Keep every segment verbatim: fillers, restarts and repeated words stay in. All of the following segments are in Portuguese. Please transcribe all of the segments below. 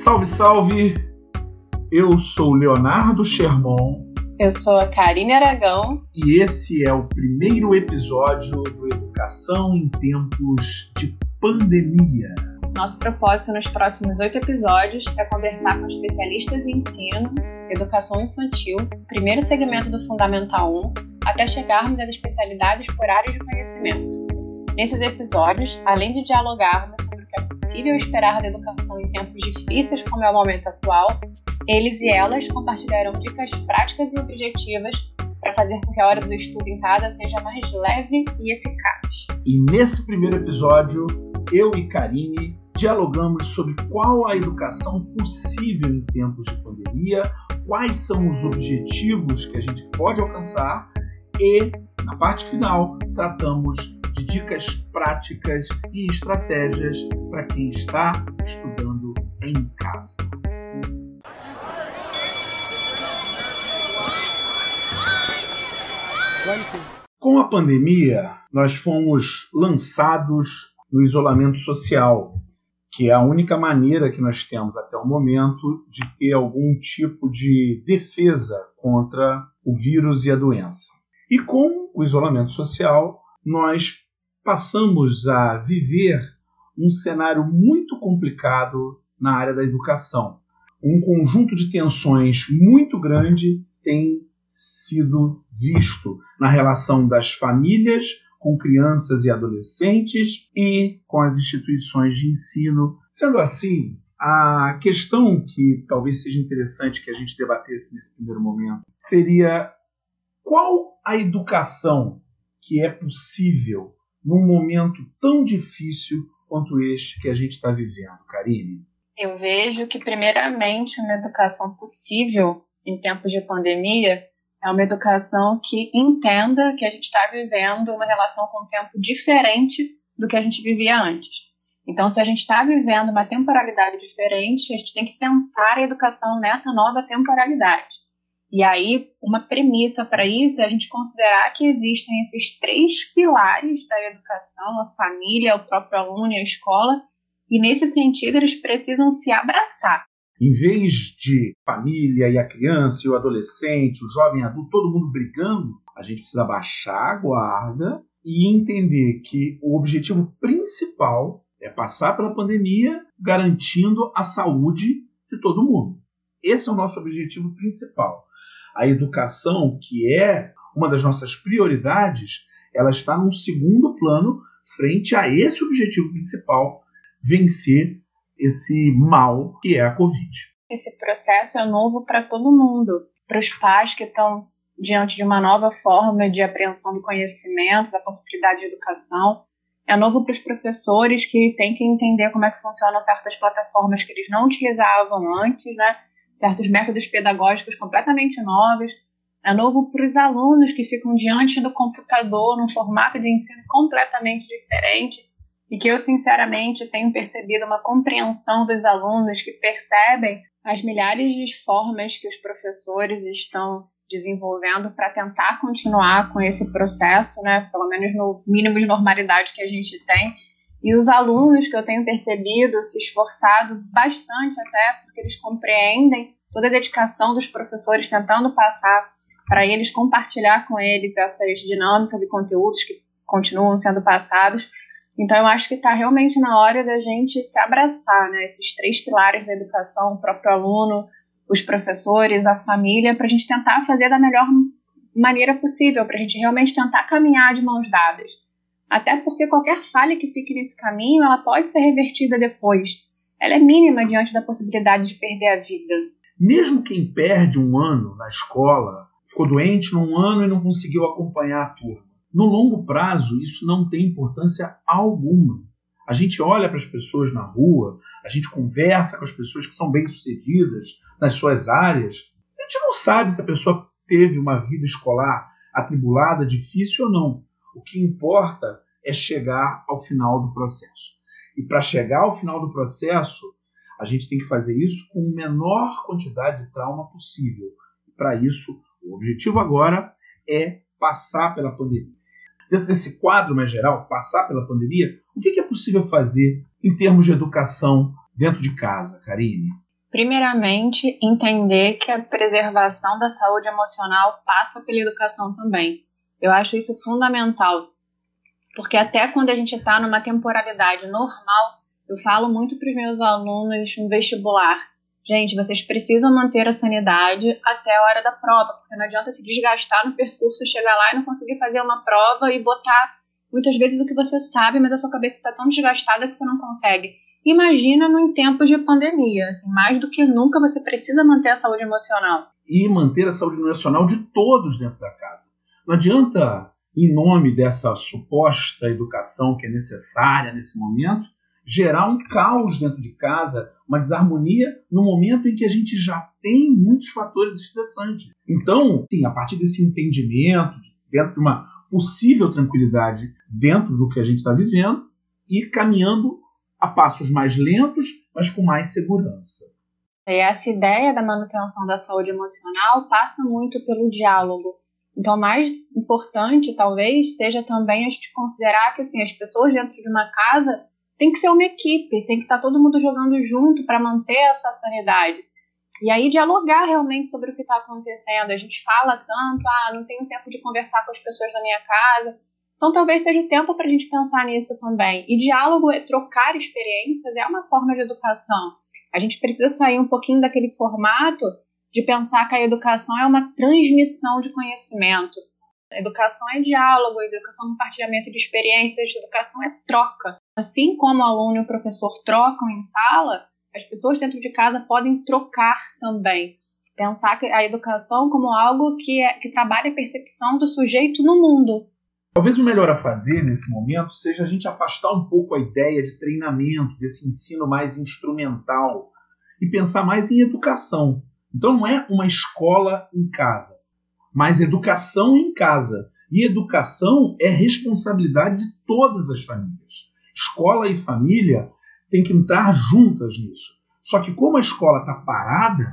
Salve, salve! Eu sou Leonardo Sherman. Eu sou a Karine Aragão. E esse é o primeiro episódio do Educação em Tempos de Pandemia. Nosso propósito nos próximos oito episódios é conversar com especialistas em ensino, educação infantil, primeiro segmento do Fundamental um, até chegarmos às especialidades por áreas de conhecimento. Nesses episódios, além de dialogarmos sobre o que é possível esperar da educação em tempos difíceis como é o momento atual, eles e elas compartilharão dicas práticas e objetivas para fazer com que a hora do estudo em casa seja mais leve e eficaz. E nesse primeiro episódio, eu e Karine dialogamos sobre qual a educação possível em tempos de pandemia, quais são os objetivos que a gente pode alcançar e, na parte final, tratamos de dicas práticas e estratégias para quem está estudando em casa. Com a pandemia, nós fomos lançados no isolamento social, que é a única maneira que nós temos até o momento de ter algum tipo de defesa contra o vírus e a doença. E com o isolamento social, nós passamos a viver um cenário muito complicado na área da educação. Um conjunto de tensões muito grande tem sido visto na relação das famílias com crianças e adolescentes e com as instituições de ensino. Sendo assim, a questão que talvez seja interessante que a gente debatesse nesse primeiro momento seria: qual a educação que é possível num momento tão difícil quanto este que a gente está vivendo, Karine? Eu vejo que, primeiramente, uma educação possível em tempos de pandemia é uma educação que entenda que a gente está vivendo uma relação com um tempo diferente do que a gente vivia antes. Então, se a gente está vivendo uma temporalidade diferente, a gente tem que pensar a educação nessa nova temporalidade. E aí, uma premissa para isso é a gente considerar que existem esses três pilares da educação: a família, o próprio aluno e a escola, e nesse sentido eles precisam se abraçar. Em vez de família e a criança e o adolescente, o jovem adulto, todo mundo brigando, a gente precisa baixar a guarda e entender que o objetivo principal é passar pela pandemia garantindo a saúde de todo mundo. Esse é o nosso objetivo principal. A educação, que é uma das nossas prioridades, ela está num segundo plano frente a esse objetivo principal: vencer esse mal que é a Covid. Esse processo é novo para todo mundo, para os pais que estão diante de uma nova forma de apreensão do conhecimento, da possibilidade de educação. É novo para os professores, que têm que entender como é que funcionam certas plataformas que eles não utilizavam antes, né? Certos métodos pedagógicos completamente novos. É novo para os alunos, que ficam diante do computador num formato de ensino completamente diferente, e que eu, sinceramente, tenho percebido uma compreensão dos alunos que percebem as milhares de formas que os professores estão desenvolvendo para tentar continuar com esse processo, né, pelo menos no mínimo de normalidade que a gente tem. E os alunos que eu tenho percebido se esforçado bastante, até porque eles compreendem toda a dedicação dos professores tentando passar para eles, compartilhar com eles essas dinâmicas e conteúdos que continuam sendo passados. Então, eu acho que está realmente na hora da gente se abraçar, né? Esses três pilares da educação: o próprio aluno, os professores, a família, para a gente tentar fazer da melhor maneira possível, para a gente realmente tentar caminhar de mãos dadas. Até porque qualquer falha que fique nesse caminho, ela pode ser revertida depois. Ela é mínima diante da possibilidade de perder a vida. Mesmo quem perde um ano na escola, ficou doente num ano e não conseguiu acompanhar a turma, no longo prazo, isso não tem importância alguma. A gente olha para as pessoas na rua, a gente conversa com as pessoas que são bem-sucedidas nas suas áreas. A gente não sabe se a pessoa teve uma vida escolar atribulada, difícil ou não. O que importa é chegar ao final do processo. E para chegar ao final do processo, a gente tem que fazer isso com a menor quantidade de trauma possível. E para isso, o objetivo agora é passar pela pandemia. Dentro desse quadro mais geral, passar pela pandemia, o que é possível fazer em termos de educação dentro de casa, Karine? Primeiramente, entender que a preservação da saúde emocional passa pela educação também. Eu acho isso fundamental, porque até quando a gente está numa temporalidade normal, eu falo muito para os meus alunos no vestibular, gente, vocês precisam manter a sanidade até a hora da prova, porque não adianta se desgastar no percurso, chegar lá e não conseguir fazer uma prova e botar muitas vezes o que você sabe, mas a sua cabeça está tão desgastada que você não consegue. Imagina em tempos de pandemia, assim, mais do que nunca você precisa manter a saúde emocional. E manter a saúde emocional de todos dentro da casa. Não adianta, em nome dessa suposta educação que é necessária nesse momento, gerar um caos dentro de casa, uma desarmonia no momento em que a gente já tem muitos fatores estressantes. Então, sim, a partir desse entendimento, dentro de uma possível tranquilidade dentro do que a gente está vivendo, e caminhando a passos mais lentos, mas com mais segurança. E essa ideia da manutenção da saúde emocional passa muito pelo diálogo. Então, o mais importante, talvez, seja também a gente considerar que assim, as pessoas dentro de uma casa tem que ser uma equipe, tem que estar todo mundo jogando junto para manter essa sanidade. E aí dialogar realmente sobre o que está acontecendo. A gente fala tanto, ah, não tenho tempo de conversar com as pessoas da minha casa. Então talvez seja o tempo para a gente pensar nisso também. E diálogo, é trocar experiências, é uma forma de educação. A gente precisa sair um pouquinho daquele formato de pensar que a educação é uma transmissão de conhecimento. A educação é diálogo, a educação é compartilhamento de experiências, a educação é troca. Assim como o aluno e o professor trocam em sala, as pessoas dentro de casa podem trocar também. Pensar a educação como algo que, é, que trabalha a percepção do sujeito no mundo. Talvez o melhor a fazer nesse momento seja a gente afastar um pouco a ideia de treinamento, desse ensino mais instrumental, e pensar mais em educação. Então não é uma escola em casa, mas educação em casa. E educação é responsabilidade de todas as famílias. Escola e família têm que entrar juntas nisso. Só que como a escola está parada,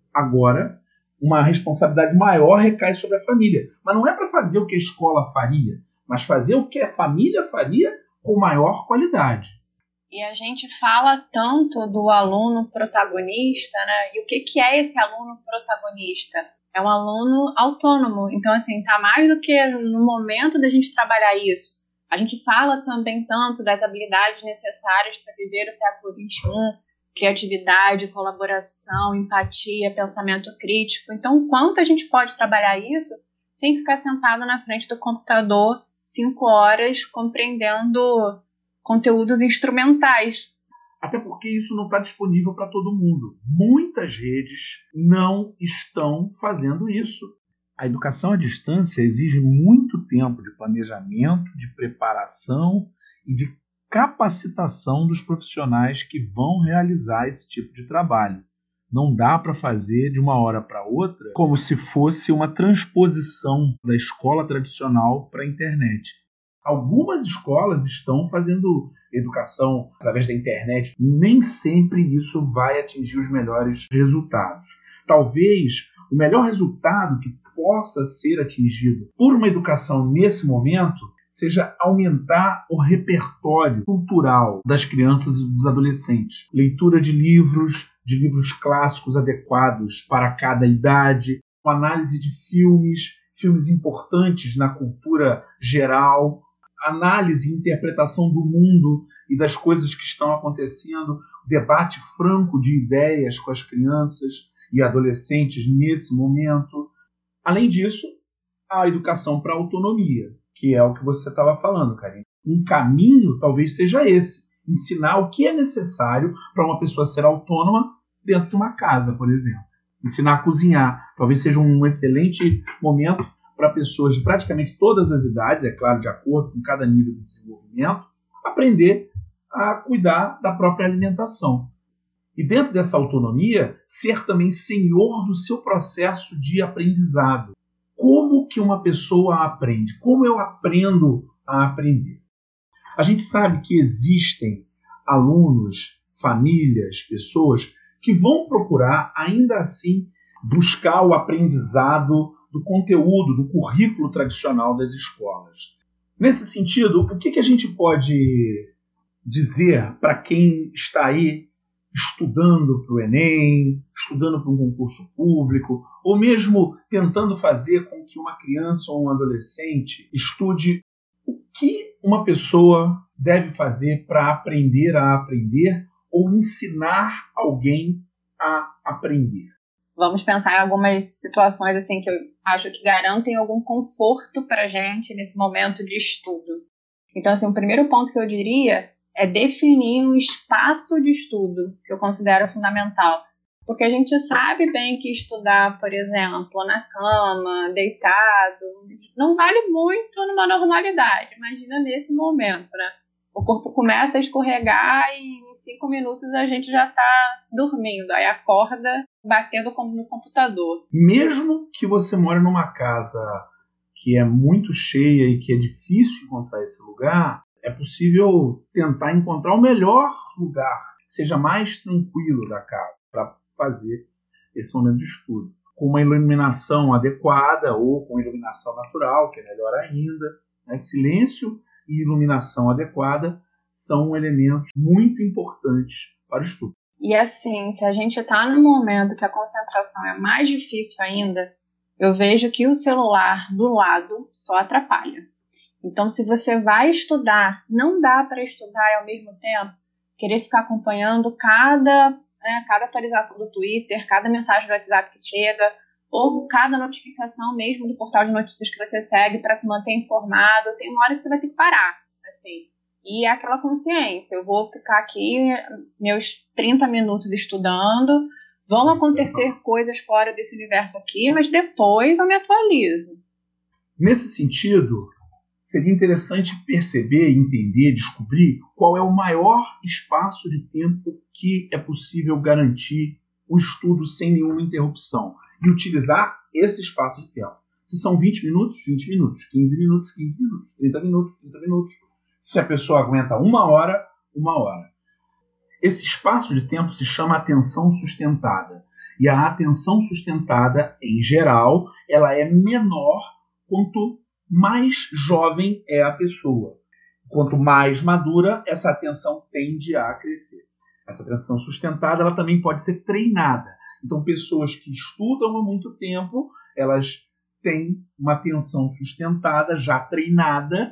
agora uma responsabilidade maior recai sobre a família. Mas não é para fazer o que a escola faria, mas fazer o que a família faria com maior qualidade. E a gente fala tanto do aluno protagonista, né? E o que, que é esse aluno protagonista? É um aluno autônomo. Então, assim, tá mais do que no momento da gente trabalhar isso. A gente fala também tanto das habilidades necessárias para viver o século vinte e um, criatividade, colaboração, empatia, pensamento crítico. Então, quanto a gente pode trabalhar isso sem ficar sentado na frente do computador cinco horas compreendendo conteúdos instrumentais. Até porque isso não está disponível para todo mundo. Muitas redes não estão fazendo isso. A educação à distância exige muito tempo de planejamento, de preparação e de capacitação dos profissionais que vão realizar esse tipo de trabalho. Não dá para fazer de uma hora para outra como se fosse uma transposição da escola tradicional para a internet. Algumas escolas estão fazendo educação através da internet. Nem sempre isso vai atingir os melhores resultados. Talvez o melhor resultado que possa ser atingido por uma educação nesse momento seja aumentar o repertório cultural das crianças e dos adolescentes. Leitura de livros, de livros clássicos adequados para cada idade, análise de filmes, filmes importantes na cultura geral, análise e interpretação do mundo e das coisas que estão acontecendo, debate franco de ideias com as crianças e adolescentes nesse momento. Além disso, a educação para a autonomia, que é o que você estava falando, Karine. Um caminho talvez seja esse, ensinar o que é necessário para uma pessoa ser autônoma dentro de uma casa, por exemplo. Ensinar a cozinhar, talvez seja um excelente momento para pessoas de praticamente todas as idades, é claro, de acordo com cada nível de desenvolvimento, aprender a cuidar da própria alimentação. E dentro dessa autonomia, ser também senhor do seu processo de aprendizado. Como que uma pessoa aprende? Como eu aprendo a aprender? A gente sabe que existem alunos, famílias, pessoas que vão procurar, ainda assim, buscar o aprendizado do conteúdo, do currículo tradicional das escolas. Nesse sentido, o que, que a gente pode dizer para quem está aí estudando para o Enem, estudando para um concurso público, ou mesmo tentando fazer com que uma criança ou um adolescente estude o que uma pessoa deve fazer para aprender a aprender ou ensinar alguém a aprender. Vamos pensar em algumas situações assim que eu acho que garantem algum conforto para a gente nesse momento de estudo. Então, assim, o primeiro ponto que eu diria é definir um espaço de estudo, que eu considero fundamental. Porque a gente sabe bem que estudar, por exemplo, na cama, deitado, não vale muito numa normalidade. Imagina nesse momento, né? O corpo começa a escorregar e em cinco minutos a gente já está dormindo. Aí acorda batendo no computador. Mesmo que você mora numa casa que é muito cheia e que é difícil encontrar esse lugar, é possível tentar encontrar o melhor lugar, que seja mais tranquilo da casa, para fazer esse momento de estudo. Com uma iluminação adequada ou com iluminação natural, que é melhor ainda. Né? Silêncio e iluminação adequada são elementos muito importantes para o estudo. E assim, se a gente está num momento que a concentração é mais difícil ainda, eu vejo que o celular do lado só atrapalha. Então, se você vai estudar, não dá para estudar e ao mesmo tempo querer ficar acompanhando cada, né, cada atualização do Twitter, cada mensagem do WhatsApp que chega, ou cada notificação mesmo do portal de notícias que você segue para se manter informado. Tem uma hora que você vai ter que parar, assim. E é aquela consciência, eu vou ficar aqui meus trinta minutos estudando, vão acontecer coisas fora desse universo aqui, mas depois eu me atualizo. Nesse sentido, seria interessante perceber, entender, descobrir qual é o maior espaço de tempo que é possível garantir o estudo sem nenhuma interrupção e utilizar esse espaço de tempo. Se são vinte minutos, vinte minutos, quinze minutos, quinze minutos, trinta minutos, trinta minutos. Se a pessoa aguenta uma hora, uma hora. Esse espaço de tempo se chama atenção sustentada. E a atenção sustentada, em geral, ela é menor quanto mais jovem é a pessoa. Quanto mais madura, essa atenção tende a crescer. Essa atenção sustentada ela também pode ser treinada. Então, pessoas que estudam há muito tempo, elas têm uma atenção sustentada, já treinada,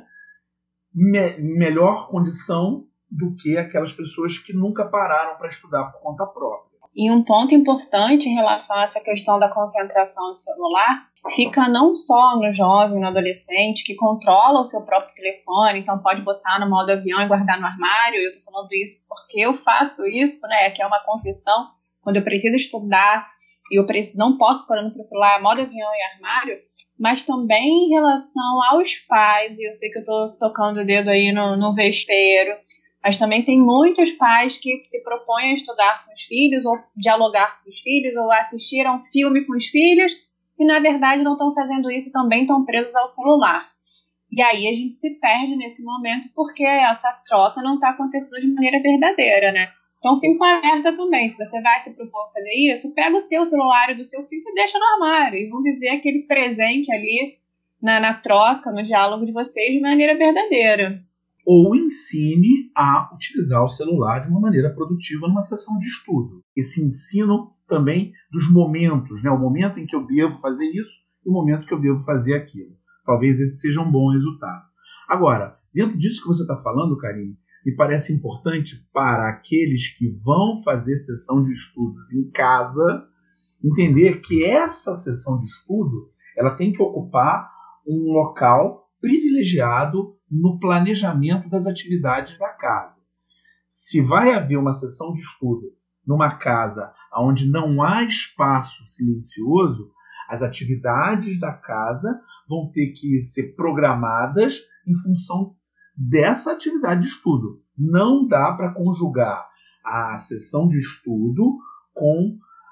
me- melhor condição do que aquelas pessoas que nunca pararam para estudar por conta própria. E um ponto importante em relação a essa questão da concentração no celular fica não só no jovem, no adolescente, que controla o seu próprio telefone, então pode botar no modo avião e guardar no armário. Eu estou falando isso porque eu faço isso, né? Que é uma confissão. Quando eu preciso estudar e eu preciso, não posso pôr no celular modo avião e armário, mas também em relação aos pais, e eu sei que eu estou tocando o dedo aí no, no vespeiro, mas também tem muitos pais que se propõem a estudar com os filhos, ou dialogar com os filhos, ou assistir a um filme com os filhos, e na verdade não estão fazendo isso, também estão presos ao celular. E aí a gente se perde nesse momento, porque essa troca não está acontecendo de maneira verdadeira, né? Então fica um alerta também, se você vai se propor a fazer isso, pega o seu celular e do seu filho e deixa no armário, e vão viver aquele presente ali na, na troca, no diálogo de vocês de maneira verdadeira. Ou ensine a utilizar o celular de uma maneira produtiva numa sessão de estudo. Esse ensino também dos momentos, né? O momento em que eu devo fazer isso e o momento que eu devo fazer aquilo. Talvez esse seja um bom resultado. Agora, dentro disso que você está falando, Karine, me parece importante para aqueles que vão fazer sessão de estudos em casa, entender que essa sessão de estudo ela tem que ocupar um local privilegiado no planejamento das atividades da casa. Se vai haver uma sessão de estudo numa casa onde não há espaço silencioso, as atividades da casa vão ter que ser programadas em função dessa atividade de estudo. Não dá para conjugar a sessão de estudo com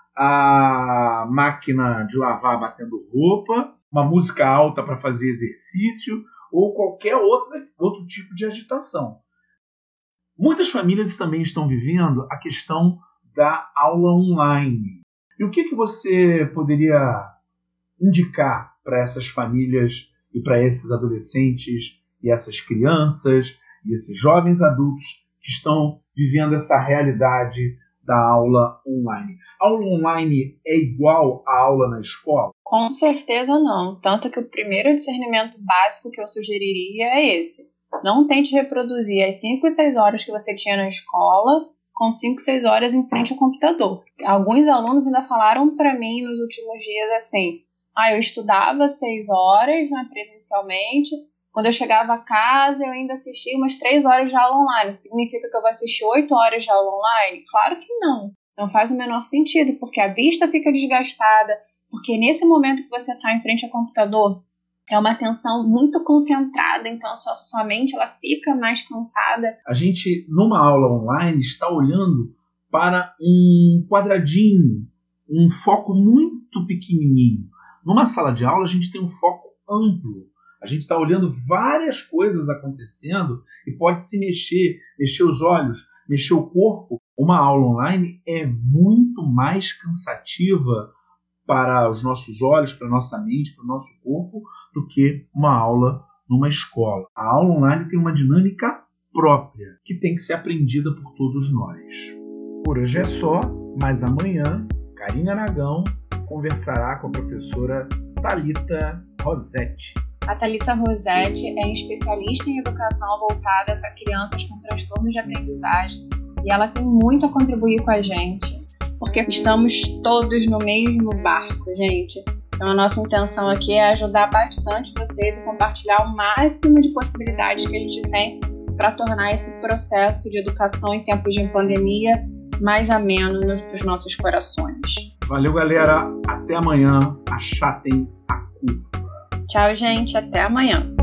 a máquina de lavar batendo roupa, uma música alta para fazer exercício ou qualquer outra, outro tipo de agitação. Muitas famílias também estão vivendo a questão da aula online. E o que, que você poderia indicar para essas famílias e para esses adolescentes e essas crianças e esses jovens adultos que estão vivendo essa realidade da aula online. A aula online é igual à aula na escola? Com certeza não. Tanto que o primeiro discernimento básico que eu sugeriria é esse. Não tente reproduzir as cinco e seis horas que você tinha na escola com cinco, seis horas em frente ao computador. Alguns alunos ainda falaram para mim nos últimos dias assim, ah, eu estudava seis horas, né, presencialmente, quando eu chegava a casa eu ainda assistia umas três horas de aula online. Significa que eu vou assistir oito horas de aula online? Claro que não. Não faz o menor sentido, porque a vista fica desgastada, porque nesse momento que você está em frente ao computador, é uma atenção muito concentrada, então a sua, sua mente ela fica mais cansada. A gente, numa aula online, está olhando para um quadradinho, um foco muito pequenininho. Numa sala de aula, a gente tem um foco amplo. A gente está olhando várias coisas acontecendo e pode se mexer, mexer os olhos, mexer o corpo. Uma aula online é muito mais cansativa para os nossos olhos, para a nossa mente, para o nosso corpo, do que uma aula numa escola. A aula online tem uma dinâmica própria, que tem que ser aprendida por todos nós. Por hoje é só, mas amanhã, Karine Aragão conversará com a professora Thalita Rossetti. A Thalita Rossetti é especialista em educação voltada para crianças com transtornos de aprendizagem e ela tem muito a contribuir com a gente, porque estamos todos no mesmo barco, gente. Então a nossa intenção aqui é ajudar bastante vocês e compartilhar o máximo de possibilidades que a gente tem para tornar esse processo de educação em tempos de pandemia mais ameno para os nossos corações. Valeu, galera. Até amanhã. Achatem a curva. Tchau, gente. Até amanhã.